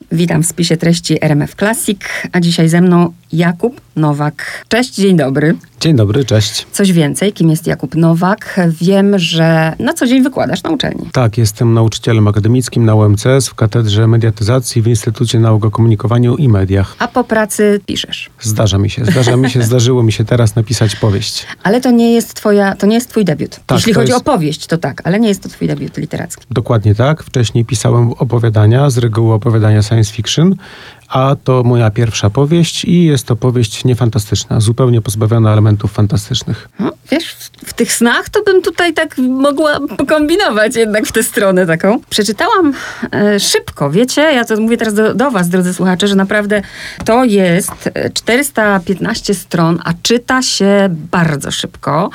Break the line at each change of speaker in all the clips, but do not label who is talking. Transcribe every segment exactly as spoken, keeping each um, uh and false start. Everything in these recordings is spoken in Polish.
Witam w spisie treści R M F Classic, a dzisiaj ze mną Jakub Nowak. Cześć, dzień dobry.
Dzień dobry, cześć.
Coś więcej, kim jest Jakub Nowak? Wiem, że na co dzień wykładasz na uczelni.
Tak, jestem nauczycielem akademickim na U M C S w Katedrze Mediatyzacji w Instytucie Nauk o Komunikowaniu i Mediach.
A po pracy piszesz.
Zdarza mi się, zdarza mi się, zdarzyło mi się teraz napisać powieść.
Ale to nie jest twoja, to nie jest twój debiut.
Tak,
Jeśli
to
chodzi
jest...
o powieść, to tak, ale nie jest to twój debiut literacki.
Dokładnie tak. Wcześniej pisałem opowiadania, z reguły opowiadania science fiction, a to moja pierwsza powieść i jest to powieść niefantastyczna, zupełnie pozbawiona elementów fantastycznych.
No, wiesz, w, w tych snach to bym tutaj tak mogła pokombinować jednak w tę stronę taką. Przeczytałam e, szybko, wiecie, ja to mówię teraz do, do was, drodzy słuchacze, że naprawdę to jest czterysta piętnaście stron, a czyta się bardzo szybko.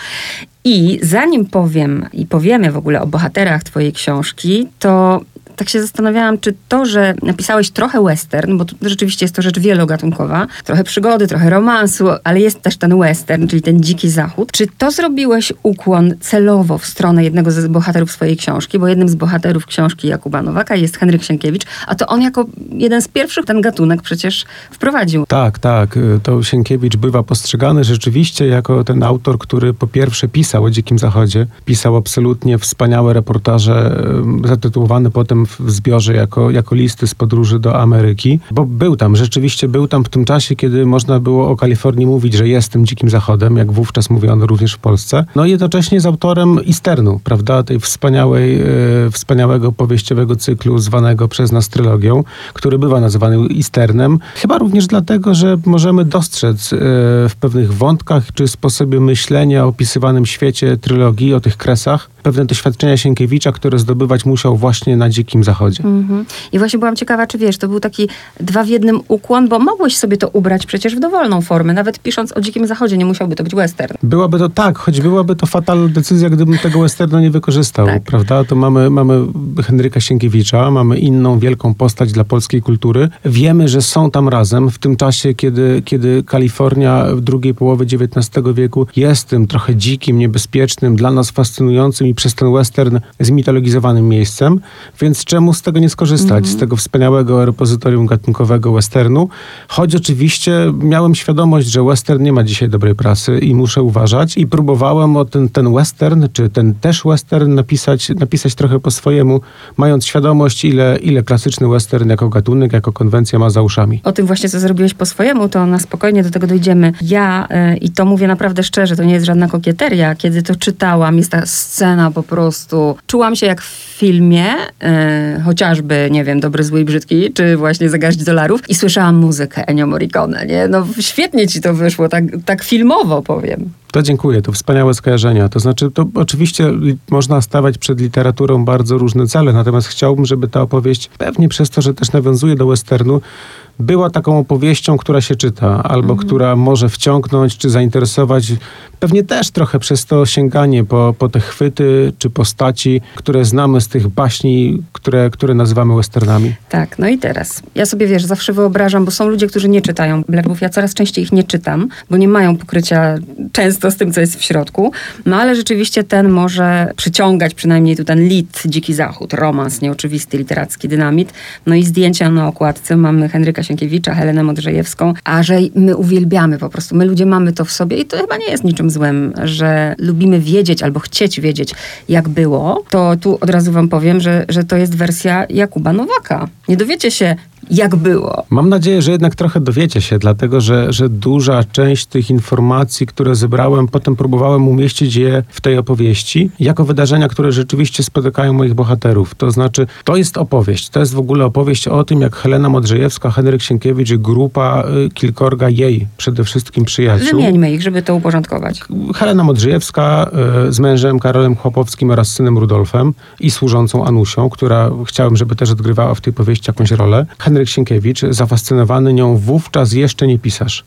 I zanim powiem i powiemy w ogóle o bohaterach twojej książki, to tak się zastanawiałam, czy to, że napisałeś trochę western, bo tu rzeczywiście jest to rzecz wielogatunkowa, trochę przygody, trochę romansu, ale jest też ten western, czyli ten dziki zachód. Czy to zrobiłeś ukłon celowo w stronę jednego z bohaterów swojej książki, bo jednym z bohaterów książki Jakuba Nowaka jest Henryk Sienkiewicz, a to on jako jeden z pierwszych ten gatunek przecież wprowadził.
Tak, tak. To Sienkiewicz bywa postrzegany rzeczywiście jako ten autor, który po pierwsze pisał o Dzikim Zachodzie, pisał absolutnie wspaniałe reportaże, zatytułowane potem w zbiorze jako, jako listy z podróży do Ameryki, bo był tam, rzeczywiście był tam w tym czasie, kiedy można było o Kalifornii mówić, że jest tym dzikim zachodem, jak wówczas mówiono również w Polsce. No i jednocześnie z autorem Easternu, prawda, tej wspaniałej, e, wspaniałego powieściowego cyklu zwanego przez nas trylogią, który bywa nazywany Easternem. Chyba również dlatego, że możemy dostrzec e, w pewnych wątkach czy sposobie myślenia o opisywanym świecie trylogii, o tych kresach, pewne doświadczenia Sienkiewicza, które zdobywać musiał właśnie na Dzikim Zachodzie. Mm-hmm.
I właśnie byłam ciekawa, czy wiesz, to był taki dwa w jednym ukłon, bo mogłeś sobie to ubrać przecież w dowolną formę. Nawet pisząc o Dzikim Zachodzie nie musiałby to być western.
Byłaby to tak, choć byłaby to fatalna decyzja, gdybym tego westernu nie wykorzystał, tak. Prawda? To mamy, mamy Henryka Sienkiewicza, mamy inną wielką postać dla polskiej kultury. Wiemy, że są tam razem w tym czasie, kiedy, kiedy Kalifornia w drugiej połowie dziewiętnastego wieku jest tym trochę dzikim, niebezpiecznym, dla nas fascynującym i przez ten western zmitologizowanym miejscem. Więc czemu z tego nie skorzystać? Mm-hmm. Z tego wspaniałego repozytorium gatunkowego westernu. Choć oczywiście miałem świadomość, że western nie ma dzisiaj dobrej prasy i muszę uważać. I próbowałem o ten, ten western, czy ten też western napisać, napisać trochę po swojemu, mając świadomość, ile, ile klasyczny western jako gatunek, jako konwencja ma za uszami.
O tym właśnie, co zrobiłeś po swojemu, to na spokojnie do tego dojdziemy. Ja, yy, i to mówię naprawdę szczerze, to nie jest żadna kokieteria. Kiedy to czytałam, jest ta scena po prostu. Czułam się jak w filmie, Yy, chociażby, nie wiem, Dobry, Zły i Brzydki, czy właśnie Za garść dolarów i słyszałam muzykę Ennio Morricone, nie? No świetnie ci to wyszło, tak, tak filmowo powiem.
To dziękuję, to wspaniałe skojarzenia. To znaczy, to oczywiście li- można stawiać przed literaturą bardzo różne cele, natomiast chciałbym, żeby ta opowieść, pewnie przez to, że też nawiązuje do westernu, była taką opowieścią, która się czyta, albo mhm. która może wciągnąć, czy zainteresować, pewnie też trochę przez to sięganie po, po te chwyty, czy postaci, które znamy z tych baśni, które, które nazywamy westernami.
Tak, no i teraz, ja sobie, wiesz, zawsze wyobrażam, bo są ludzie, którzy nie czytają blerwów, ja coraz częściej ich nie czytam, bo nie mają pokrycia często z tym, co jest w środku, no ale rzeczywiście ten może przyciągać, przynajmniej tu ten lit, Dziki Zachód, romans nieoczywisty, literacki dynamit, no i zdjęcia na okładce mamy Henryka Sienkiewicza, Helenę Modrzejewską, a że my uwielbiamy po prostu, my ludzie mamy to w sobie i to chyba nie jest niczym złym, że lubimy wiedzieć albo chcieć wiedzieć, jak było, to tu od razu wam powiem, że, że to jest wersja Jakuba Nowaka. Nie dowiecie się, jak było.
Mam nadzieję, że jednak trochę dowiecie się, dlatego że, że duża część tych informacji, które zebrałem, potem próbowałem umieścić je w tej opowieści, jako wydarzenia, które rzeczywiście spotykają moich bohaterów. To znaczy, to jest opowieść. To jest w ogóle opowieść o tym, jak Helena Modrzejewska, Henryk Sienkiewicz i grupa y, kilkorga jej, przede wszystkim przyjaciół.
Wymieńmy ich, żeby to uporządkować.
Helena Modrzejewska y, z mężem Karolem Chłopowskim oraz synem Rudolfem i służącą Anusią, która chciałem, żeby też odgrywała w tej powieści jakąś rolę. Henryk Sienkiewicz, zafascynowany nią wówczas jeszcze nie pisarz.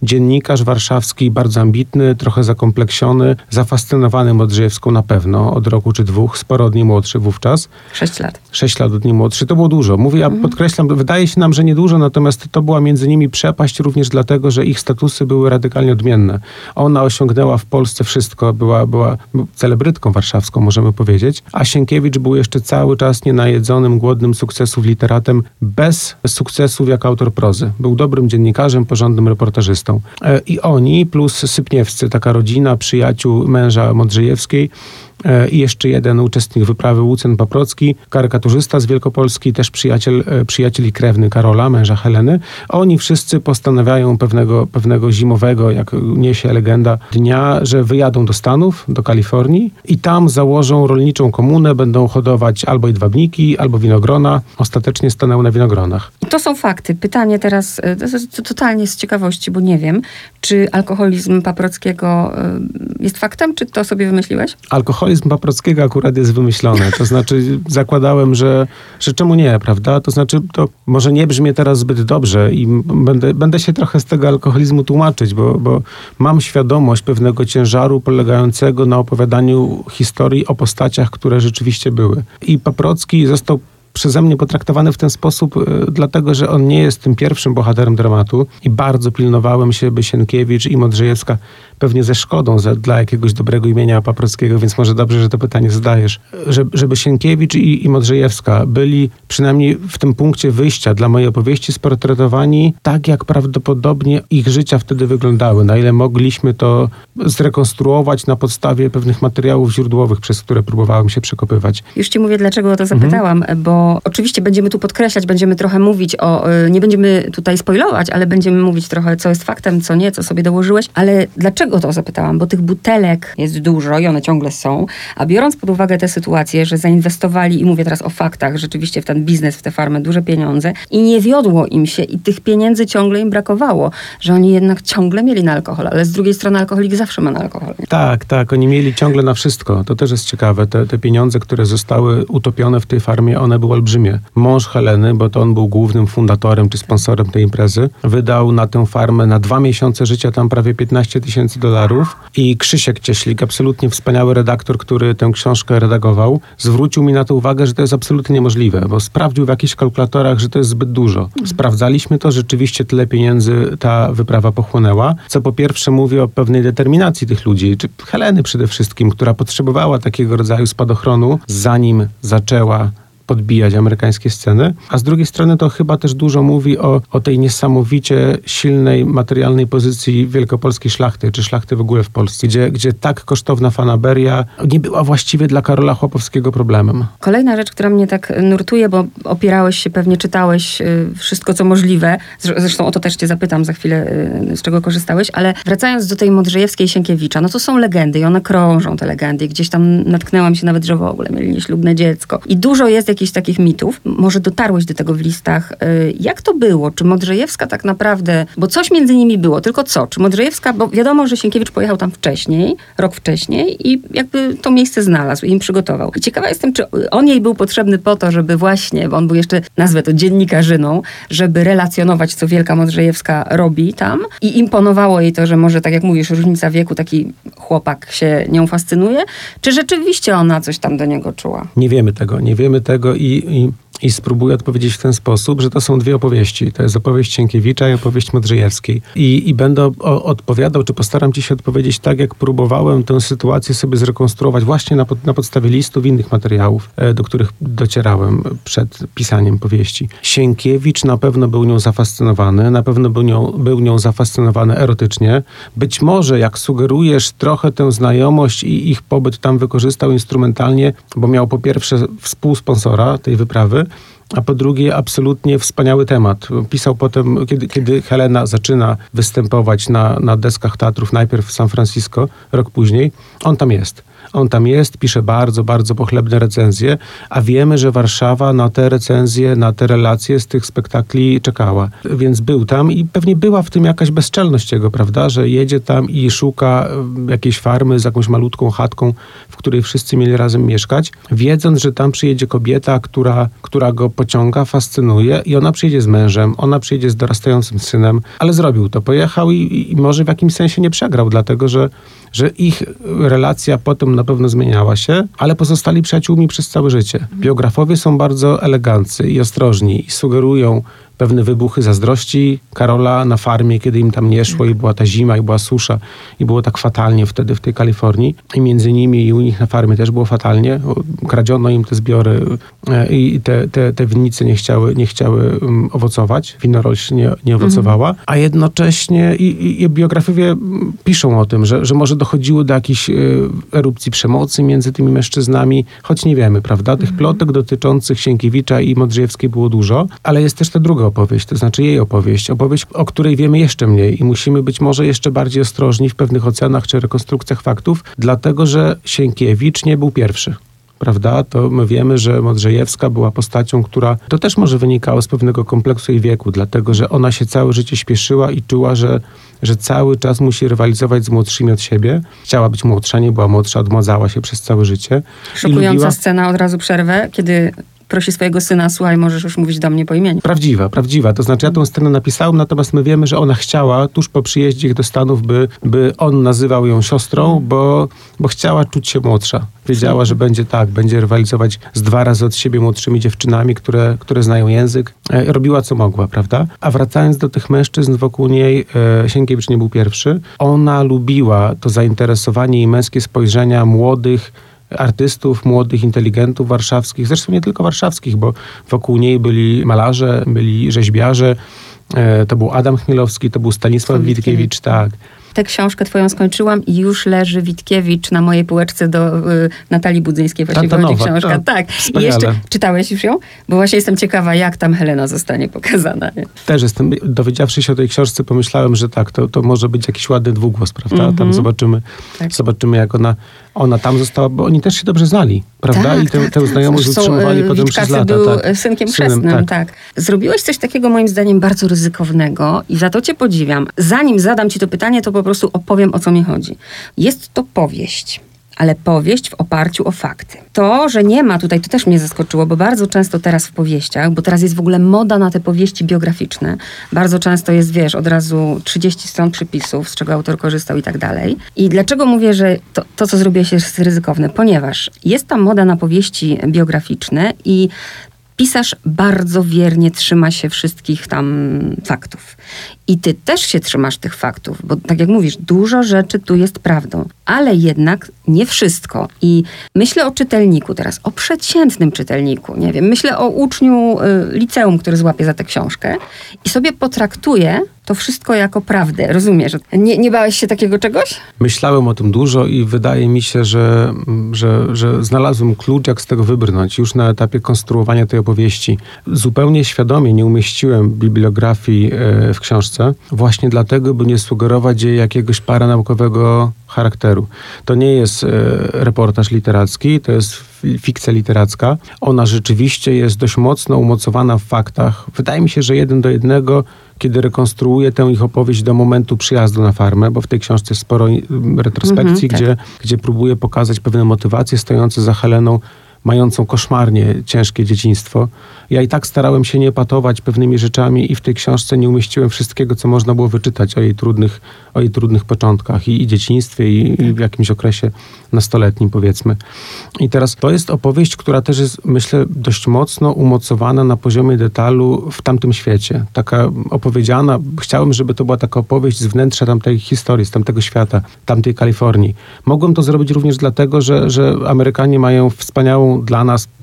dziennikarz warszawski, bardzo ambitny, trochę zakompleksiony, zafascynowany Modrzejewską na pewno, od roku czy dwóch, sporo od niej młodszy wówczas.
Sześć lat.
Sześć lat od niej młodszy, to było dużo. Mówię, ja mhm. podkreślam, wydaje się nam, że niedużo, natomiast to była między nimi przepaść również dlatego, że ich statusy były radykalnie odmienne. Ona osiągnęła w Polsce wszystko, była, była celebrytką warszawską, możemy powiedzieć, a Sienkiewicz był jeszcze cały czas nienajedzonym, głodnym sukcesów literatem, bez sukcesów jako autor prozy. Był dobrym dziennikarzem, porządnym reportażystą. I oni, plus Sypniewscy, taka rodzina, przyjaciół męża Modrzejewskiej, i jeszcze jeden uczestnik wyprawy, Łucyn Paprocki, karykaturzysta z Wielkopolski, też przyjaciel, przyjaciel i krewny Karola, męża Heleny. Oni wszyscy postanawiają pewnego, pewnego zimowego, jak niesie legenda, dnia, że wyjadą do Stanów, do Kalifornii i tam założą rolniczą komunę, będą hodować albo jedwabniki, albo winogrona. Ostatecznie stanęły na winogronach.
To są fakty. Pytanie teraz, to jest totalnie z ciekawości, bo nie wiem, czy alkoholizm Paprockiego jest faktem, czy to sobie wymyśliłeś?
Alkoholizm Paprockiego akurat jest wymyślone. To znaczy zakładałem, że, że czemu nie, prawda? To znaczy to może nie brzmi teraz zbyt dobrze i będę, będę się trochę z tego alkoholizmu tłumaczyć, bo, bo mam świadomość pewnego ciężaru polegającego na opowiadaniu historii o postaciach, które rzeczywiście były. I Paprocki został przeze mnie potraktowany w ten sposób, y, dlatego, że on nie jest tym pierwszym bohaterem dramatu i bardzo pilnowałem się, by Sienkiewicz i Modrzejewska, pewnie ze szkodą za, dla jakiegoś dobrego imienia Paprockiego, więc może dobrze, że to pytanie zadajesz, że, żeby Sienkiewicz i, i Modrzejewska byli przynajmniej w tym punkcie wyjścia dla mojej opowieści sportretowani tak, jak prawdopodobnie ich życia wtedy wyglądały, na ile mogliśmy to zrekonstruować na podstawie pewnych materiałów źródłowych, przez które próbowałem się przekopywać.
Już ci mówię, dlaczego o to zapytałam, mhm. bo oczywiście będziemy tu podkreślać, będziemy trochę mówić o, nie będziemy tutaj spoilować, ale będziemy mówić trochę, co jest faktem, co nie, co sobie dołożyłeś, ale dlaczego o to zapytałam? Bo tych butelek jest dużo i one ciągle są, a biorąc pod uwagę tę sytuację, że zainwestowali, i mówię teraz o faktach, rzeczywiście w ten biznes, w tę farmę, duże pieniądze i nie wiodło im się i tych pieniędzy ciągle im brakowało, że oni jednak ciągle mieli na alkohol, ale z drugiej strony alkoholik zawsze ma na alkohol. Nie?
Tak, tak, oni mieli ciągle na wszystko. To też jest ciekawe. Te, te pieniądze, które zostały utopione w tej farmie, one były olbrzymie. Mąż Heleny, bo to on był głównym fundatorem czy sponsorem tej imprezy, wydał na tę farmę na dwa miesiące życia tam prawie piętnaście tysięcy dolarów i Krzysiek Cieślik, absolutnie wspaniały redaktor, który tę książkę redagował, zwrócił mi na to uwagę, że to jest absolutnie niemożliwe, bo sprawdził w jakichś kalkulatorach, że to jest zbyt dużo. Sprawdzaliśmy to, rzeczywiście tyle pieniędzy ta wyprawa pochłonęła, co po pierwsze mówi o pewnej determinacji tych ludzi, czy Heleny przede wszystkim, która potrzebowała takiego rodzaju spadochronu, zanim zaczęła podbijać amerykańskie sceny, a z drugiej strony to chyba też dużo mówi o, o tej niesamowicie silnej materialnej pozycji wielkopolskiej szlachty, czy szlachty w ogóle w Polsce, gdzie, gdzie tak kosztowna fanaberia nie była właściwie dla Karola Chłopowskiego problemem.
Kolejna rzecz, która mnie tak nurtuje, bo opierałeś się, pewnie czytałeś y, wszystko, co możliwe, zresztą o to też cię zapytam za chwilę, y, z czego korzystałeś, ale wracając do tej Modrzejewskiej Sienkiewicza, no to są legendy i one krążą, te legendy. Gdzieś tam natknęłam się nawet, że w ogóle mieli nieślubne dziecko. I dużo jest jakichś takich mitów. Może dotarłeś do tego w listach. Jak to było? Czy Modrzejewska tak naprawdę, bo coś między nimi było, tylko co? Czy Modrzejewska, bo wiadomo, że Sienkiewicz pojechał tam wcześniej, rok wcześniej i jakby to miejsce znalazł i im przygotował. I ciekawa jestem, czy on jej był potrzebny po to, żeby właśnie, bo on był jeszcze, nazwę to dziennikarzyną, żeby relacjonować, co wielka Modrzejewska robi tam i imponowało jej to, że może, tak jak mówisz, różnica wieku, taki chłopak się nią fascynuje, czy rzeczywiście ona coś tam do niego czuła?
Nie wiemy tego, nie wiemy tego i, i, i spróbuję odpowiedzieć w ten sposób, że to są dwie opowieści. To jest opowieść Sienkiewicza i opowieść Modrzejewskiej. I, i będę o, odpowiadał, czy postaram ci się odpowiedzieć tak, jak próbowałem tę sytuację sobie zrekonstruować właśnie na, pod, na podstawie listów innych materiałów, do których docierałem przed pisaniem powieści. Sienkiewicz na pewno był nią zafascynowany, na pewno był nią, był nią zafascynowany erotycznie. Być może, jak sugerujesz, trochę tę znajomość i ich pobyt tam wykorzystał instrumentalnie, bo miał po pierwsze współsponsora tej wyprawy, a po drugie absolutnie wspaniały temat. Pisał potem, kiedy, kiedy Helena zaczyna występować na, na deskach teatrów, najpierw w San Francisco, rok później, on tam jest. On tam jest, pisze bardzo, bardzo pochlebne recenzje, a wiemy, że Warszawa na te recenzje, na te relacje z tych spektakli czekała. Więc był tam i pewnie była w tym jakaś bezczelność jego, prawda, że jedzie tam i szuka jakiejś farmy z jakąś malutką chatką, w której wszyscy mieli razem mieszkać, wiedząc, że tam przyjedzie kobieta, która, która go pociąga, fascynuje i ona przyjedzie z mężem, ona przyjedzie z dorastającym synem, ale zrobił to, pojechał i, i może w jakimś sensie nie przegrał, dlatego że, że ich relacja potem na pewno zmieniała się, ale pozostali przyjaciółmi przez całe życie. Biografowie są bardzo eleganccy i ostrożni i sugerują pewne wybuchy zazdrości Karola na farmie, kiedy im tam nie szło i była ta zima i była susza i było tak fatalnie wtedy w tej Kalifornii. I między nimi i u nich na farmie też było fatalnie. Kradziono im te zbiory i te, te, te winnice nie chciały, nie chciały owocować. Winorośl nie, nie owocowała. Mhm. A jednocześnie i, i, i biografowie piszą o tym, że, że może dochodziło do jakichś erupcji przemocy między tymi mężczyznami, choć nie wiemy, prawda? Tych mhm. plotek dotyczących Sienkiewicza i Modrzejewskiej było dużo, ale jest też ta druga opowieść, to znaczy jej opowieść. Opowieść, o której wiemy jeszcze mniej i musimy być może jeszcze bardziej ostrożni w pewnych ocenach czy rekonstrukcjach faktów, dlatego że Sienkiewicz nie był pierwszy. Prawda? To my wiemy, że Modrzejewska była postacią, która, to też może wynikało z pewnego kompleksu jej wieku, dlatego że ona się całe życie śpieszyła i czuła, że, że cały czas musi rywalizować z młodszymi od siebie. Chciała być młodsza, nie była młodsza, odmładzała się przez całe życie.
Szokująca
lubiła...
scena, od razu przerwę, kiedy prosi swojego syna, słuchaj, możesz już mówić do mnie po imieniu.
Prawdziwa, prawdziwa. To znaczy ja tę scenę napisałem, natomiast my wiemy, że ona chciała tuż po przyjeździe ich do Stanów, by, by on nazywał ją siostrą, bo, bo chciała czuć się młodsza. Wiedziała, że będzie tak, będzie rywalizować z dwa razy od siebie młodszymi dziewczynami, które, które znają język. E, robiła co mogła, prawda? A wracając do tych mężczyzn wokół niej, e, Sienkiewicz nie był pierwszy. Ona lubiła to zainteresowanie i męskie spojrzenia młodych artystów, młodych inteligentów warszawskich, zresztą nie tylko warszawskich, bo wokół niej byli malarze, byli rzeźbiarze, e, to był Adam Chmielowski, to był Stanisław Witkiewicz, tak.
Tę książkę twoją skończyłam i już leży Witkiewicz na mojej półeczce do y, Natalii Budzyńskiej. Właśnie
ta, ta
chodzi
nowa,
książka.
to,
tak.
wspaniale.
I jeszcze czytałeś już ją? Bo właśnie jestem ciekawa, jak tam Helena zostanie pokazana. Nie?
Też jestem, dowiedziawszy się o tej książce, pomyślałem, że tak, to, to może być jakiś ładny dwugłos, prawda? Mm-hmm. Tam zobaczymy, tak. zobaczymy, jak ona, ona tam została, bo oni też się dobrze znali, prawda?
Tak,
I tę,
tak,
tę
tak.
znajomość utrzymywali potem przez lata.
był
tak.
synkiem chrzestnym, tak. tak. Zrobiłeś coś takiego moim zdaniem bardzo ryzykownego i za to cię podziwiam. Zanim zadam ci to pytanie, to po prostu opowiem, o co mi chodzi. Jest to powieść, ale powieść w oparciu o fakty. To, że nie ma tutaj, to też mnie zaskoczyło, bo bardzo często teraz w powieściach, bo teraz jest w ogóle moda na te powieści biograficzne, bardzo często jest, wiesz, od razu trzydzieści stron przypisów, z czego autor korzystał i tak dalej. I dlaczego mówię, że to, to co zrobiłeś, jest ryzykowne? Ponieważ jest tam moda na powieści biograficzne i pisarz bardzo wiernie trzyma się wszystkich tam faktów. I ty też się trzymasz tych faktów, bo tak jak mówisz, dużo rzeczy tu jest prawdą, ale jednak nie wszystko. I myślę o czytelniku teraz, o przeciętnym czytelniku, nie wiem, myślę o uczniu y, liceum, który złapie za tę książkę i sobie potraktuje to wszystko jako prawdę, rozumiesz? Nie, nie bałeś się takiego czegoś?
Myślałem o tym dużo i wydaje mi się, że, że, że znalazłem klucz, jak z tego wybrnąć. Już na etapie konstruowania tej opowieści. Zupełnie świadomie nie umieściłem bibliografii w książce, właśnie dlatego, by nie sugerować jej jakiegoś paranaukowego charakteru. To nie jest e, reportaż literacki, to jest fikcja literacka. Ona rzeczywiście jest dość mocno umocowana w faktach. Wydaje mi się, że jeden do jednego, kiedy rekonstruuję tę ich opowieść do momentu przyjazdu na farmę, bo w tej książce jest sporo retrospekcji, mm-hmm, gdzie, tak. gdzie próbuję pokazać pewne motywacje stojące za Heleną, mającą koszmarnie ciężkie dzieciństwo. Ja i tak starałem się nie epatować pewnymi rzeczami i w tej książce nie umieściłem wszystkiego, co można było wyczytać o jej trudnych, o jej trudnych początkach i, i dzieciństwie i, i w jakimś okresie nastoletnim, powiedzmy. I teraz to jest opowieść, która też jest, myślę, dość mocno umocowana na poziomie detalu w tamtym świecie. Taka opowiedziana, chciałem, żeby to była taka opowieść z wnętrza tamtej historii, z tamtego świata, tamtej Kalifornii. Mogłem to zrobić również dlatego, że, że Amerykanie mają wspaniałą dla nas,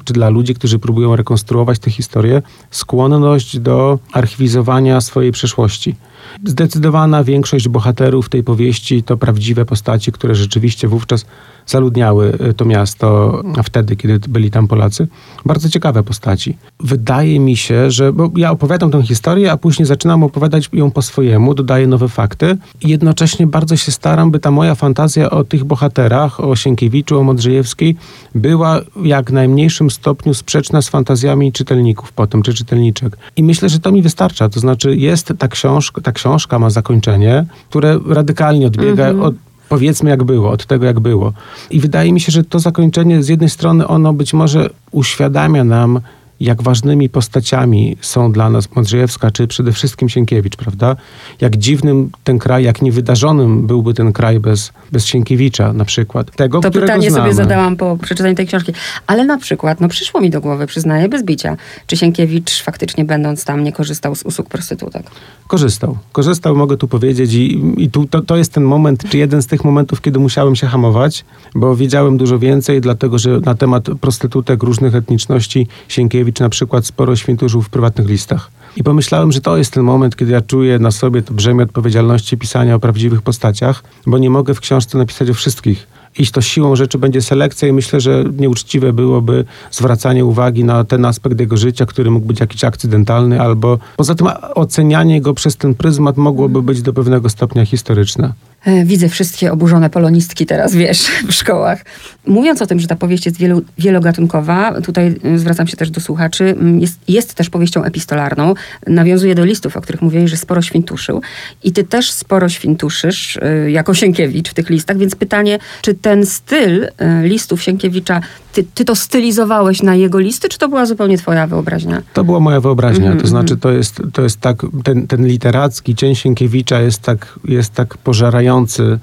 czy dla ludzi, którzy próbują rekonstruować tę historię, skłonność do archiwizowania swojej przeszłości. Zdecydowana większość bohaterów tej powieści to prawdziwe postaci, które rzeczywiście wówczas zaludniały to miasto wtedy, kiedy byli tam Polacy. Bardzo ciekawe postaci. Wydaje mi się, że bo ja opowiadam tę historię, a później zaczynam opowiadać ją po swojemu, dodaję nowe fakty i jednocześnie bardzo się staram, by ta moja fantazja o tych bohaterach, o Sienkiewiczu, o Modrzejewskiej była w jak najmniejszym stopniu sprzeczna z fantazjami czytelników potem, czy czytelniczek. I myślę, że to mi wystarcza. To znaczy jest ta książka, ta książka ma zakończenie, które radykalnie odbiega mm-hmm. od powiedzmy jak było, od tego jak było. I wydaje mi się, że to zakończenie z jednej strony ono być może uświadamia nam, jak ważnymi postaciami są dla nas Modrzejewska, czy przede wszystkim Sienkiewicz, prawda? Jak dziwnym ten kraj, jak niewydarzonym byłby ten kraj bez, bez Sienkiewicza na przykład. Tego,
to pytanie
znamy.
sobie zadałam po przeczytaniu tej książki. Ale na przykład, no przyszło mi do głowy, przyznaję, bez bicia, czy Sienkiewicz faktycznie będąc tam nie korzystał z usług prostytutek?
Korzystał. Korzystał, mogę tu powiedzieć i, i tu, to, to jest ten moment, czy jeden z tych momentów, kiedy musiałem się hamować, bo wiedziałem dużo więcej, dlatego, że na temat prostytutek różnych etniczności Sienkiewicz na przykład sporo świętużył w prywatnych listach. I pomyślałem, że to jest ten moment, kiedy ja czuję na sobie to brzemię odpowiedzialności pisania o prawdziwych postaciach, bo nie mogę w książce napisać o wszystkich. Iść to siłą rzeczy będzie selekcja i myślę, że nieuczciwe byłoby zwracanie uwagi na ten aspekt jego życia, który mógł być jakiś akcydentalny, albo poza tym ocenianie go przez ten pryzmat mogłoby być do pewnego stopnia historyczne.
Widzę wszystkie oburzone polonistki teraz, wiesz, w szkołach. Mówiąc o tym, że ta powieść jest wielu, wielogatunkowa, tutaj zwracam się też do słuchaczy, jest, jest też powieścią epistolarną. Nawiązuje do listów, o których mówiłeś, że sporo świntuszył. I ty też sporo świntuszysz, jako Sienkiewicz w tych listach, więc pytanie, czy ten styl listów Sienkiewicza, ty, ty to stylizowałeś na jego listy, czy to była zupełnie twoja wyobraźnia?
To była moja wyobraźnia.
Mm-hmm.
To znaczy, to jest, to jest tak, ten, ten literacki cień Sienkiewicza jest tak, jest tak pożerający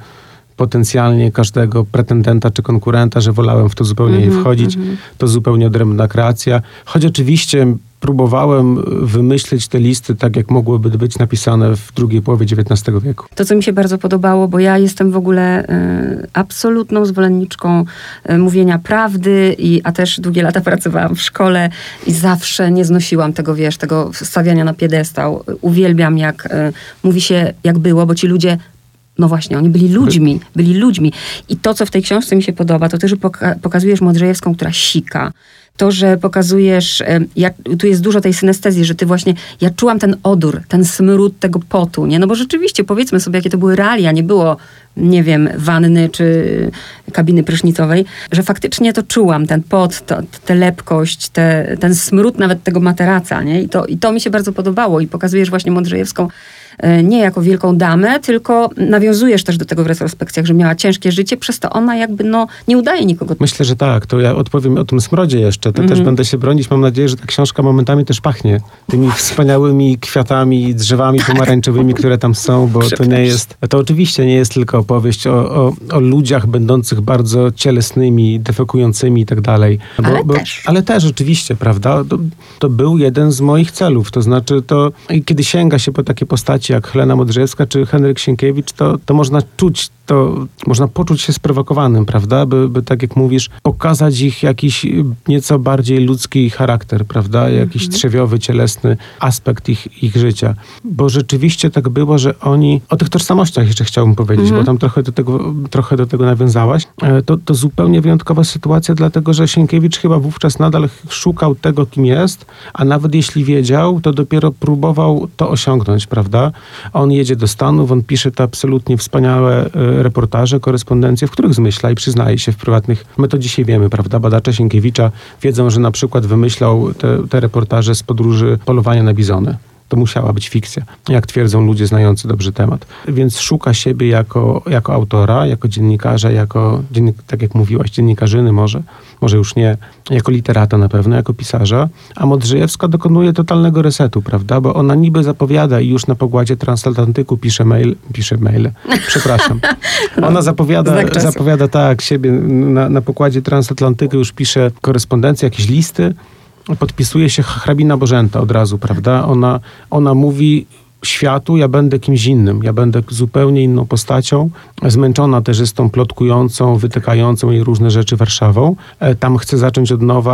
potencjalnie każdego pretendenta czy konkurenta, że wolałem w to zupełnie nie wchodzić. Mm-hmm. To zupełnie odrębna kreacja. Choć oczywiście próbowałem wymyślić te listy tak, jak mogłyby być napisane w drugiej połowie dziewiętnastego wieku.
To, co mi się bardzo podobało, bo ja jestem w ogóle y, absolutną zwolenniczką y, mówienia prawdy, i, a też długie lata pracowałam w szkole i zawsze nie znosiłam tego, wiesz, tego stawiania na piedestał. Uwielbiam, jak y, mówi się, jak było, bo ci ludzie no właśnie, oni byli ludźmi, byli ludźmi. I to, co w tej książce mi się podoba, to ty, że poka- pokazujesz Modrzejewską, która sika. To, że pokazujesz, ja, tu jest dużo tej synestezji, że ty właśnie, ja czułam ten odór, ten smród tego potu, nie? No bo rzeczywiście, powiedzmy sobie, jakie to były realia, nie było, nie wiem, wanny czy kabiny prysznicowej, że faktycznie to czułam, ten pot, to, tę lepkość, te, ten smród nawet tego materaca, nie? I to, i to mi się bardzo podobało i pokazujesz właśnie Modrzejewską nie jako wielką damę, tylko nawiązujesz też do tego w retrospekcjach, że miała ciężkie życie, przez to ona jakby no nie udaje nikogo.
Myślę, że tak. To ja odpowiem o tym smrodzie jeszcze. To mm. też będę się bronić. Mam nadzieję, że ta książka momentami też pachnie tymi wspaniałymi kwiatami, drzewami pomarańczowymi, które tam są, bo to nie jest, to oczywiście nie jest tylko opowieść o, o, o ludziach będących bardzo cielesnymi, defekującymi i tak dalej. Bo,
ale
bo,
też.
Ale też oczywiście, prawda? To, to był jeden z moich celów. To znaczy to, kiedy sięga się po takie postaci jak Helena Modrzejewska czy Henryk Sienkiewicz, to, to można czuć, to można poczuć się sprowokowanym, prawda? By, by tak jak mówisz, pokazać ich jakiś nieco bardziej ludzki charakter, prawda? Jakiś mm-hmm. trzewiowy, cielesny aspekt ich, ich życia. Bo rzeczywiście tak było, że oni... O tych tożsamościach jeszcze chciałbym powiedzieć, mm-hmm. bo tam trochę do tego, trochę do tego nawiązałaś. To, to zupełnie wyjątkowa sytuacja, dlatego że Sienkiewicz chyba wówczas nadal szukał tego, kim jest, a nawet jeśli wiedział, to dopiero próbował to osiągnąć, prawda? On jedzie do Stanów, on pisze te absolutnie wspaniałe reportaże, korespondencje, w których zmyśla i przyznaje się w prywatnych... My to dzisiaj wiemy, prawda? Badacze Sienkiewicza wiedzą, że na przykład wymyślał te, te reportaże z podróży polowania na bizony. To musiała być fikcja, jak twierdzą ludzie znający dobrze temat. Więc szuka siebie jako, jako autora, jako dziennikarza, jako, dziennik, tak jak mówiłaś, dziennikarzyny może, może już nie, jako literata na pewno, jako pisarza. A Modrzejewska dokonuje totalnego resetu, prawda? Bo ona niby zapowiada i już na pokładzie transatlantyku pisze mail, pisze maile, przepraszam. Ona zapowiada, zapowiada tak siebie na, na pokładzie transatlantyku, już pisze korespondencję, jakieś listy, podpisuje się hrabina Bożenta od razu, prawda? Ona, ona mówi światu, ja będę kimś innym, ja będę zupełnie inną postacią, zmęczona też jest tą plotkującą, wytykającą jej różne rzeczy Warszawą. Tam chce zacząć od nowa,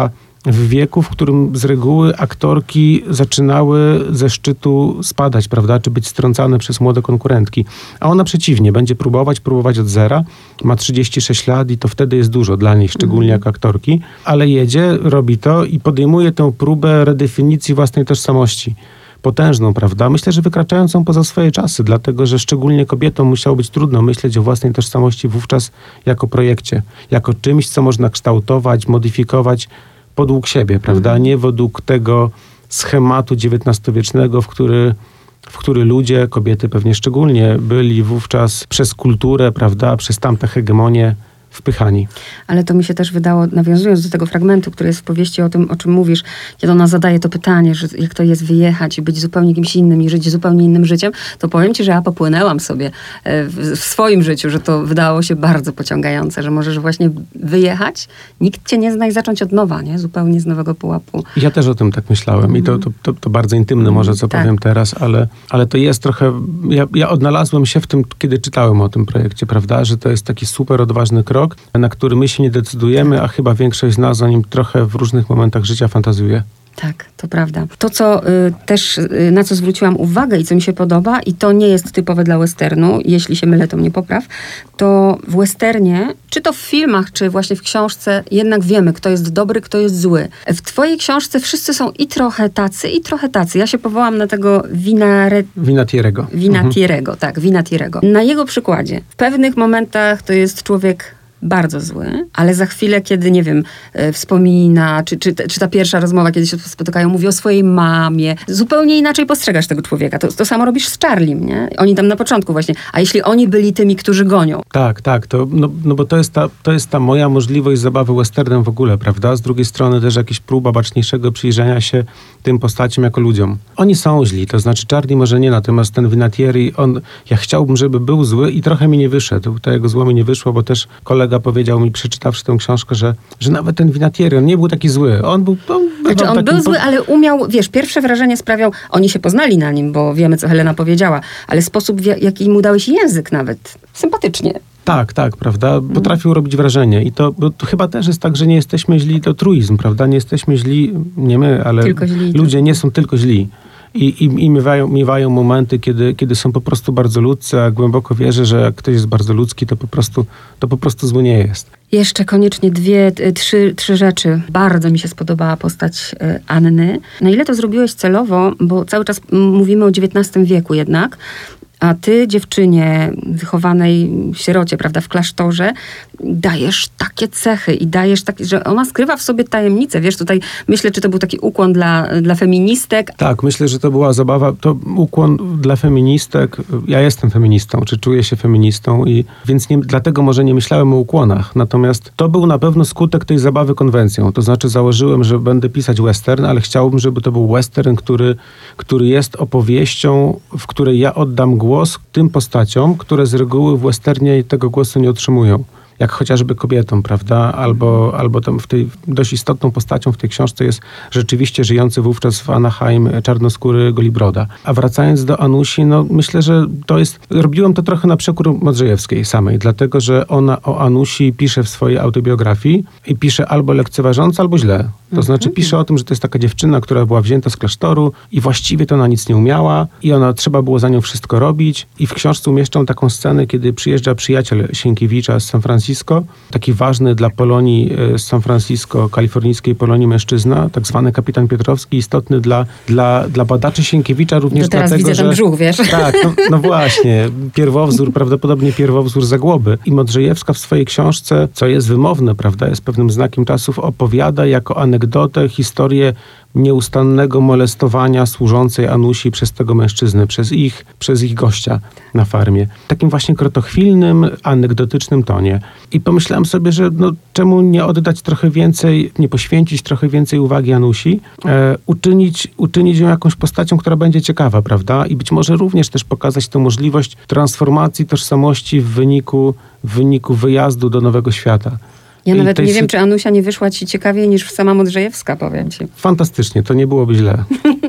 w wieku, w którym z reguły aktorki zaczynały ze szczytu spadać, prawda, czy być strącane przez młode konkurentki. A ona przeciwnie, będzie próbować, próbować od zera. Ma trzydzieści sześć lat i to wtedy jest dużo dla niej, szczególnie jako aktorki. Ale jedzie, robi to i podejmuje tę próbę redefinicji własnej tożsamości. Potężną, prawda? Myślę, że wykraczającą poza swoje czasy, dlatego, że szczególnie kobietom musiało być trudno myśleć o własnej tożsamości wówczas jako projekcie, jako czymś, co można kształtować, modyfikować podług siebie, prawda? Mhm. Nie według tego schematu dziewiętnastowiecznego, w który, w który ludzie, kobiety pewnie szczególnie, byli wówczas przez kulturę, prawda, przez tamtę hegemonię wpychani.
Ale to mi się też wydało, nawiązując do tego fragmentu, który jest w powieści o tym, o czym mówisz, kiedy ona zadaje to pytanie, że jak to jest wyjechać i być zupełnie kimś innym i żyć zupełnie innym życiem, to powiem ci, że ja popłynęłam sobie w, w swoim życiu, że to wydało się bardzo pociągające, że możesz właśnie wyjechać, nikt cię nie zna i zacząć od nowa, nie? Zupełnie z nowego pułapu.
Ja też o tym tak myślałem mm. i to, to, to, to bardzo intymne mm, może, co tak. powiem teraz, ale, ale to jest trochę, ja, ja odnalazłem się w tym, kiedy czytałem o tym projekcie, prawda, że to jest taki super odważny krok, na który my się nie decydujemy, a chyba większość z nas o nim trochę w różnych momentach życia fantazjuje.
Tak, to prawda. To, co y, też, y, na co zwróciłam uwagę i co mi się podoba, i to nie jest typowe dla westernu, jeśli się mylę, to mnie popraw, to w westernie, czy to w filmach, czy właśnie w książce, jednak wiemy, kto jest dobry, kto jest zły. W twojej książce wszyscy są i trochę tacy, i trochę tacy. Ja się powołam na tego Winare...
Winatierego.
Winatierego, mhm. tak, Winatierego. Na jego przykładzie. W pewnych momentach to jest człowiek bardzo zły, ale za chwilę, kiedy, nie wiem, e, wspomina, czy, czy, czy ta pierwsza rozmowa, kiedy się spotykają, mówi o swojej mamie, zupełnie inaczej postrzegasz tego człowieka. To, to samo robisz z Charliem, nie? Oni tam na początku właśnie, a jeśli oni byli tymi, którzy gonią.
Tak, tak, to, no, no bo to jest, ta, to jest ta moja możliwość zabawy westernem w ogóle, prawda? Z drugiej strony też jakaś próba baczniejszego przyjrzenia się tym postaciom jako ludziom. Oni są źli, to znaczy Charlie może nie, natomiast ten Vinatieri, on, ja chciałbym, żeby był zły i trochę mi nie wyszedł. To jego zło mi nie wyszło, bo też kolega powiedział mi, przeczytawszy tę książkę, że, że nawet ten Vinatieri, on nie był taki zły. On był... On,
znaczy on był zły, po... ale umiał, wiesz, pierwsze wrażenie sprawiał, oni się poznali na nim, bo wiemy, co Helena powiedziała, ale sposób, w jaki mu dałeś język nawet, sympatycznie.
Tak, tak, prawda? Potrafił mm. robić wrażenie. I to, bo to chyba też jest tak, że nie jesteśmy źli, to truizm, prawda? Nie jesteśmy źli, nie my, ale ludzie nie są tylko źli. I, i, i miewają, miewają momenty, kiedy, kiedy są po prostu bardzo ludzcy, a głęboko wierzę, że jak ktoś jest bardzo ludzki, to po prostu, to po prostu zły nie jest.
Jeszcze koniecznie dwie, trzy, trzy rzeczy. Bardzo mi się spodobała postać Anny. Na ile to zrobiłeś celowo, bo cały czas mówimy o dziewiętnastym wieku jednak, a ty, dziewczynie wychowanej sierocie, prawda, w klasztorze, dajesz takie cechy i dajesz takie, że ona skrywa w sobie tajemnicę. Wiesz, tutaj myślę, czy to był taki ukłon dla, dla feministek.
Tak, myślę, że to była zabawa, to ukłon dla feministek. Ja jestem feministą, czy czuję się feministą i więc nie, dlatego może nie myślałem o ukłonach. Natomiast to był na pewno skutek tej zabawy konwencją. To znaczy założyłem, że będę pisać western, ale chciałbym, żeby to był western, który, który jest opowieścią, w której ja oddam głos głos tym postaciom, które z reguły w westernie tego głosu nie otrzymują. Jak chociażby kobietom, prawda? Albo, albo tam w tej dość istotną postacią w tej książce jest rzeczywiście żyjący wówczas w Anaheim czarnoskóry Golibroda. A wracając do Anusi, no myślę, że to jest... Robiłem to trochę na przekór Modrzejewskiej samej, dlatego, że ona o Anusi pisze w swojej autobiografii i pisze albo lekceważąco, albo źle. To znaczy pisze o tym, że to jest taka dziewczyna, która była wzięta z klasztoru i właściwie to ona nic nie umiała i ona trzeba było za nią wszystko robić. I w książce umieszczam taką scenę, kiedy przyjeżdża przyjaciel Sienkiewicza z San Francisco, taki ważny dla Polonii z San Francisco, kalifornijskiej Polonii mężczyzna, tak zwany kapitan Piotrowski, istotny dla, dla, dla badaczy Sienkiewicza również
to teraz
dlatego,
widzę
że...
ten brzuch, wiesz?
Tak, no, no właśnie. Pierwowzór, prawdopodobnie pierwowzór Zagłoby. I Modrzejewska w swojej książce, co jest wymowne, prawda, jest pewnym znakiem czasów, opowiada jako anegdotę, historię nieustannego molestowania służącej Anusi przez tego mężczyznę, przez ich, przez ich gościa na farmie. W takim właśnie krotochwilnym, anegdotycznym tonie. I pomyślałem sobie, że no, czemu nie oddać trochę więcej, nie poświęcić trochę więcej uwagi Anusi, e, uczynić, uczynić ją jakąś postacią, która będzie ciekawa, prawda? I być może również też pokazać tę możliwość transformacji tożsamości w wyniku, w wyniku wyjazdu do nowego świata.
Ja nawet nie wiem, czy Anusia nie wyszła ci ciekawiej niż sama Modrzejewska, powiem ci.
Fantastycznie, to nie byłoby źle.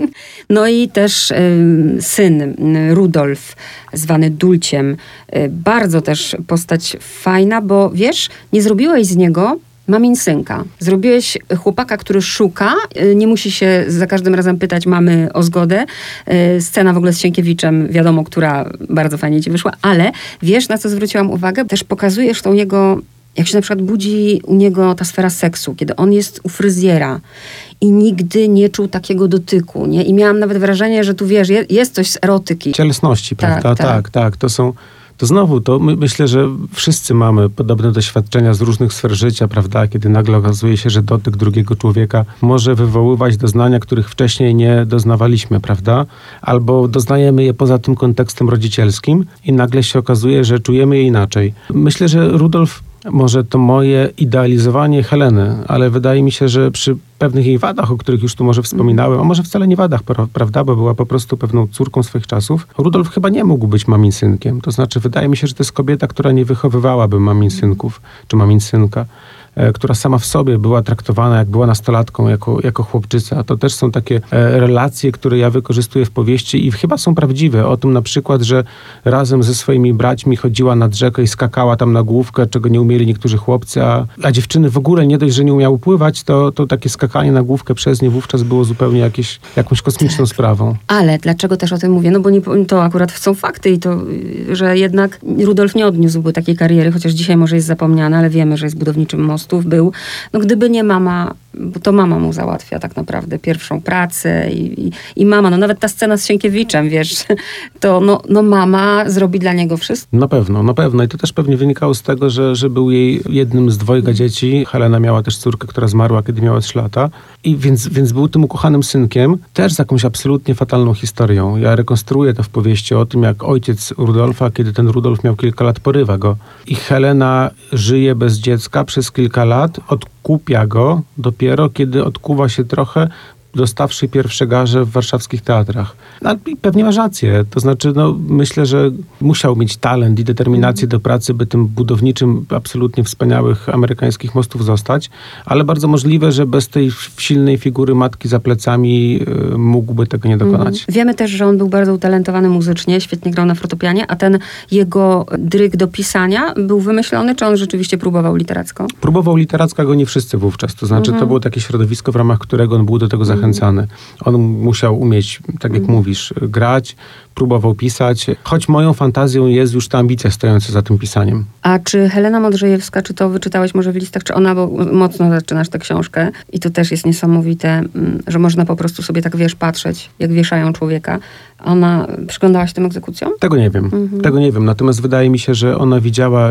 No i też y, syn, y, Rudolf, zwany Dulciem. Y, bardzo też postać fajna, bo wiesz, nie zrobiłeś z niego mamin synka. Zrobiłeś chłopaka, który szuka, nie musi się za każdym razem pytać mamy o zgodę. Scena w ogóle z Sienkiewiczem, wiadomo, która bardzo fajnie ci wyszła, ale wiesz, na co zwróciłam uwagę? Też pokazujesz tą jego, jak się na przykład budzi u niego ta sfera seksu, kiedy on jest u fryzjera i nigdy nie czuł takiego dotyku, nie? I miałam nawet wrażenie, że tu wiesz, jest coś z erotyki.
Cielesności,
tak,
prawda? Tak, tak. tak. To są... To znowu, to my, myślę, że wszyscy mamy podobne doświadczenia z różnych sfer życia, prawda? Kiedy nagle okazuje się, że dotyk drugiego człowieka może wywoływać doznania, których wcześniej nie doznawaliśmy, prawda? Albo doznajemy je poza tym kontekstem rodzicielskim i nagle się okazuje, że czujemy je inaczej. Myślę, że Rudolf, może to moje idealizowanie Heleny, ale wydaje mi się, że przy pewnych jej wadach, o których już tu może wspominałem, a może wcale nie wadach, prawda, bo była po prostu pewną córką swoich czasów, Rudolf chyba nie mógł być mamin synkiem. To znaczy, wydaje mi się, że to jest kobieta, która nie wychowywałaby mamin synków, czy mamin synka, która sama w sobie była traktowana, jak była nastolatką, jako, jako chłopczyca. To też są takie e, relacje, które ja wykorzystuję w powieści i chyba są prawdziwe. O tym na przykład, że razem ze swoimi braćmi chodziła nad rzekę i skakała tam na główkę, czego nie umieli niektórzy chłopcy, a, a dziewczyny w ogóle nie dość, że nie umiały pływać, to, to takie skakanie na główkę przez nie wówczas było zupełnie jakieś, jakąś kosmiczną tak. sprawą.
Ale dlaczego też o tym mówię? No bo nie, to akurat są fakty i to, że jednak Rudolf nie odniósłby takiej kariery, chociaż dzisiaj może jest zapomniany, ale wiemy, że jest budowniczym mostu. Był. No gdyby nie mama, bo to mama mu załatwia tak naprawdę pierwszą pracę i, i, i mama, no nawet ta scena z Sienkiewiczem, wiesz, to no, no mama zrobi dla niego wszystko.
Na pewno, na pewno i to też pewnie wynikało z tego, że, że był jej jednym z dwojga dzieci. Helena miała też córkę, która zmarła, kiedy miała trzy lata i więc, więc był tym ukochanym synkiem, też z jakąś absolutnie fatalną historią. Ja rekonstruuję to w powieści o tym, jak ojciec Rudolfa, kiedy ten Rudolf miał kilka lat, porywa go i Helena żyje bez dziecka przez kilka lat, odkupia go dopiero, kiedy odkuwa się trochę, dostawszy pierwsze garze w warszawskich teatrach. No, i pewnie masz rację. To znaczy, no, myślę, że musiał mieć talent i determinację do pracy, by tym budowniczym absolutnie wspaniałych amerykańskich mostów zostać, ale bardzo możliwe, że bez tej silnej figury matki za plecami y, mógłby tego nie dokonać.
Mm. Wiemy też, że on był bardzo utalentowany muzycznie, świetnie grał na fortepianie, a ten jego dryg do pisania był wymyślony, czy on rzeczywiście próbował literacko?
Próbował literacko, go nie wszyscy wówczas. To znaczy, mm. to było takie środowisko, w ramach którego on był do tego zachęcony. On musiał umieć, tak jak mm. mówisz, grać, próbował pisać, choć moją fantazją jest już ta ambicja stojąca za tym pisaniem.
A czy Helena Modrzejewska, czy to wyczytałeś może w listach, czy ona, bo mocno zaczynasz tę książkę i to też jest niesamowite, że można po prostu sobie tak, wiesz, patrzeć, jak wieszają człowieka. Ona przyglądała się tym egzekucjom?
Tego nie wiem. Mhm. Tego nie wiem. Natomiast wydaje mi się, że ona widziała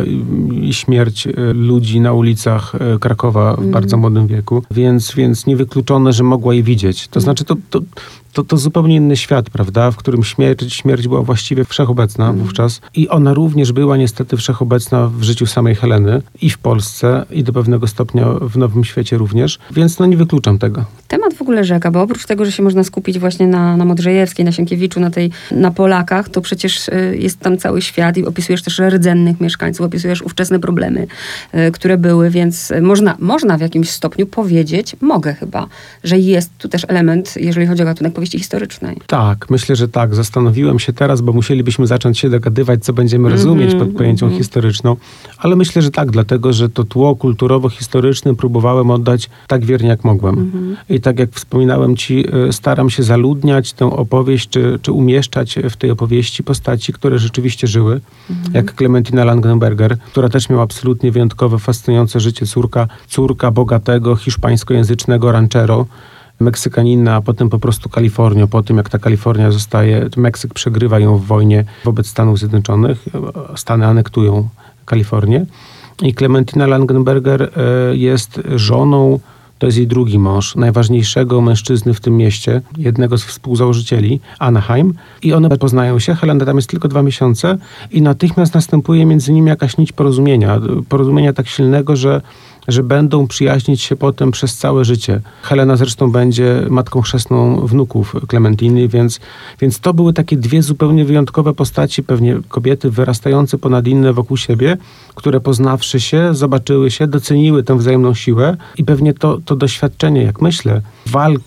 śmierć ludzi na ulicach Krakowa w mhm. bardzo młodym wieku, więc, więc niewykluczone, że mogła je widzieć. To mhm. znaczy, to, to, to, to zupełnie inny świat, prawda, w którym śmierć, śmierć była właściwie wszechobecna mhm. wówczas. I ona również była niestety wszechobecna w życiu samej Heleny i w Polsce, i do pewnego stopnia w Nowym Świecie również. Więc no nie wykluczam tego.
Temat w ogóle rzeka, bo oprócz tego, że się można skupić właśnie na, na Modrzejewskiej, na Sienkiewiczu, na, tej, na Polakach, to przecież y, jest tam cały świat i opisujesz też rdzennych mieszkańców, opisujesz ówczesne problemy, y, które były, więc można, można w jakimś stopniu powiedzieć, mogę chyba, że jest tu też element, jeżeli chodzi o gatunek powieści historycznej. Tak,
myślę, że tak. Zastanowiłem się teraz, bo musielibyśmy zacząć się dogadywać, co będziemy mm-hmm, rozumieć pod pojęciem mm-hmm. historyczną, ale myślę, że tak, dlatego, że to tło kulturowo-historyczne próbowałem oddać tak wiernie, jak mogłem. Mm-hmm. I tak jak wspominałem ci, staram się zaludniać tę opowieść, czy, czy umieszczać w tej opowieści postaci, które rzeczywiście żyły, mm-hmm. jak Klementyna Langenberger, która też miała absolutnie wyjątkowe, fascynujące życie. Córka, córka bogatego, hiszpańskojęzycznego ranchero, Meksykanina, a potem po prostu Kalifornią. Po tym, jak ta Kalifornia zostaje, Meksyk przegrywa ją w wojnie wobec Stanów Zjednoczonych. Stany anektują Kalifornię. I Klementyna Langenberger jest żoną, to jest jej drugi mąż, najważniejszego mężczyzny w tym mieście, jednego z współzałożycieli, Anaheim. I one poznają się. Helena tam jest tylko dwa miesiące i natychmiast następuje między nimi jakaś nić porozumienia. Porozumienia tak silnego, że że będą przyjaźnić się potem przez całe życie. Helena zresztą będzie matką chrzestną wnuków Klementyny, więc, więc to były takie dwie zupełnie wyjątkowe postaci, pewnie kobiety wyrastające ponad inne wokół siebie, które poznawszy się, zobaczyły się, doceniły tę wzajemną siłę i pewnie to, to doświadczenie, jak myślę, walki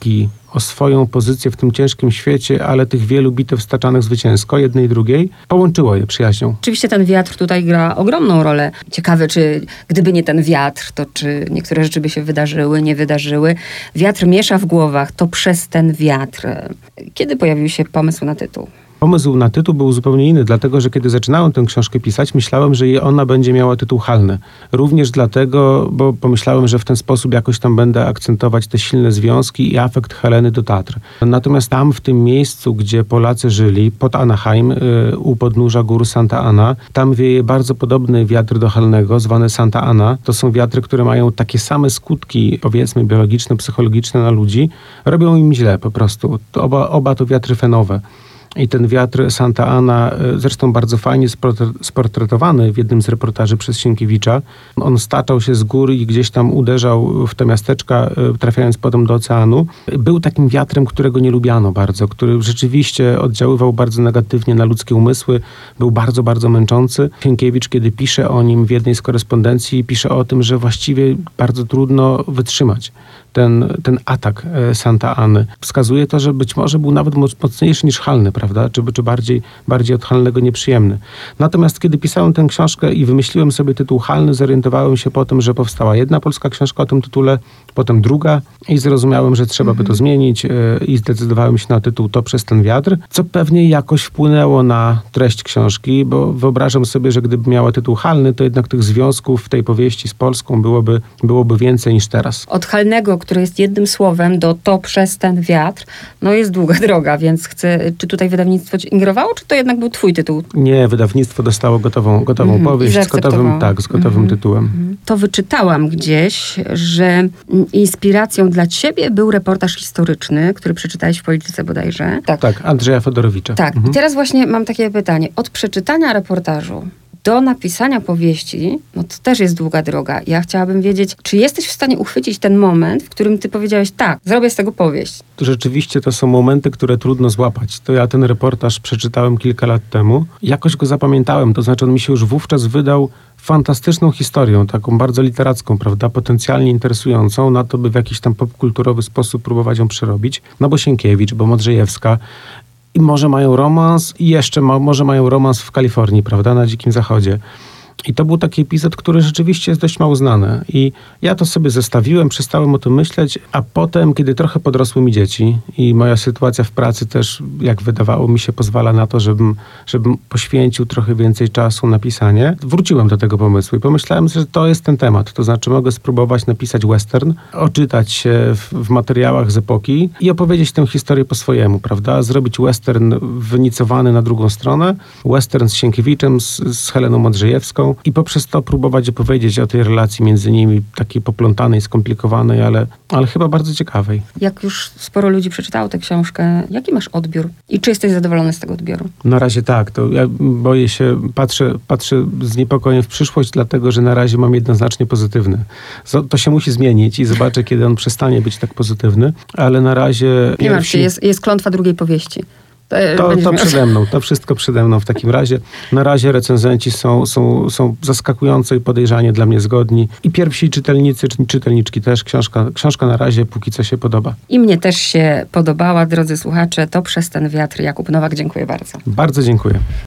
o swoją pozycję w tym ciężkim świecie, ale tych wielu bitew staczanych zwycięsko, jednej i drugiej, połączyło je przyjaźnią.
Oczywiście ten wiatr tutaj gra ogromną rolę. Ciekawe, czy gdyby nie ten wiatr, to czy niektóre rzeczy by się wydarzyły, nie wydarzyły. Wiatr miesza w głowach, to przez ten wiatr. Kiedy pojawił się pomysł na tytuł?
Pomysł na tytuł był zupełnie inny, dlatego że kiedy zaczynałem tę książkę pisać, myślałem, że ona będzie miała tytuł Halny. Również dlatego, bo pomyślałem, że w ten sposób jakoś tam będę akcentować te silne związki i afekt Heleny do Tatr. Natomiast tam, w tym miejscu, gdzie Polacy żyli, pod Anaheim, yy, u podnóża gór Santa Ana, tam wieje bardzo podobny wiatr do Halnego, zwany Santa Ana. To są wiatry, które mają takie same skutki, powiedzmy, biologiczne, psychologiczne na ludzi. Robią im źle po prostu. To oba, oba to wiatry fenowe. I ten wiatr Santa Ana, zresztą bardzo fajnie sportretowany w jednym z reportaży przez Sienkiewicza. On staczał się z gór i gdzieś tam uderzał w te miasteczka, trafiając potem do oceanu. Był takim wiatrem, którego nie lubiano bardzo, który rzeczywiście oddziaływał bardzo negatywnie na ludzkie umysły. Był bardzo, bardzo męczący. Sienkiewicz, kiedy pisze o nim w jednej z korespondencji, pisze o tym, że właściwie bardzo trudno wytrzymać ten, ten atak Santa Any. Wskazuje to, że być może był nawet mocniejszy niż Halny, prawda? Czy, czy bardziej, bardziej od Halnego nieprzyjemny. Natomiast kiedy pisałem tę książkę i wymyśliłem sobie tytuł Halny, zorientowałem się po tym, że powstała jedna polska książka o tym tytule, potem druga i zrozumiałem, że trzeba by to zmienić yy, i zdecydowałem się na tytuł To przez ten wiatr, co pewnie jakoś wpłynęło na treść książki, bo wyobrażam sobie, że gdyby miała tytuł Halny, to jednak tych związków w tej powieści z Polską byłoby, byłoby więcej niż teraz.
Od Halnego, który jest jednym słowem, do To przez ten wiatr, no jest długa droga, więc chcę, czy tutaj wydawnictwo ci ingerowało, czy to jednak był twój tytuł?
Nie, wydawnictwo dostało gotową, gotową mm, powieść z gotowym, tak, z gotowym mm, tytułem.
Mm. To wyczytałam gdzieś, że inspiracją dla ciebie był reportaż historyczny, który przeczytałeś w Polityce bodajże.
Tak, tak Andrzeja Fedorowicza.
Tak. Mhm. I teraz właśnie mam takie pytanie. Od przeczytania reportażu do napisania powieści, no to też jest długa droga. Ja chciałabym wiedzieć, czy jesteś w stanie uchwycić ten moment, w którym ty powiedziałeś, tak, zrobię z tego powieść.
Rzeczywiście to są momenty, które trudno złapać. To ja ten reportaż przeczytałem kilka lat temu. Jakoś go zapamiętałem, to znaczy on mi się już wówczas wydał fantastyczną historią, taką bardzo literacką, prawda, potencjalnie interesującą na to, by w jakiś tam popkulturowy sposób próbować ją przerobić. No bo Sienkiewicz, bo Modrzejewska, i może mają romans i jeszcze ma, może mają romans w Kalifornii, prawda, na Dzikim Zachodzie. I to był taki epizod, który rzeczywiście jest dość mało znany. I ja to sobie zestawiłem, przestałem o tym myśleć, a potem, kiedy trochę podrosły mi dzieci i moja sytuacja w pracy też, jak wydawało mi się, pozwala na to, żebym, żebym poświęcił trochę więcej czasu na pisanie, wróciłem do tego pomysłu i pomyślałem, że to jest ten temat. To znaczy mogę spróbować napisać western, oczytać się w, w materiałach z epoki i opowiedzieć tę historię po swojemu, prawda? Zrobić western wynicowany na drugą stronę, western z Sienkiewiczem, z, z Heleną Modrzejewską, i poprzez to próbować opowiedzieć o tej relacji między nimi, takiej poplątanej, skomplikowanej, ale, ale chyba bardzo ciekawej.
Jak już sporo ludzi przeczytało tę książkę, jaki masz odbiór? I czy jesteś zadowolony z tego odbioru?
Na razie tak. To ja boję się, patrzę, patrzę z niepokojem w przyszłość, dlatego że na razie mam jednoznacznie pozytywny. To się musi zmienić i zobaczę, kiedy on przestanie być tak pozytywny, ale na razie...
Nie martw się, jest, jest klątwa drugiej powieści.
To, to przede mną, to wszystko przede mną w takim razie. Na razie recenzenci są, są, są zaskakująco i podejrzanie dla mnie zgodni. I pierwsi czytelnicy, czy czytelniczki też. Książka, książka na razie póki co się podoba.
I mnie też się podobała, drodzy słuchacze. To przez ten wiatr. Jakub Nowak, dziękuję bardzo.
Bardzo dziękuję.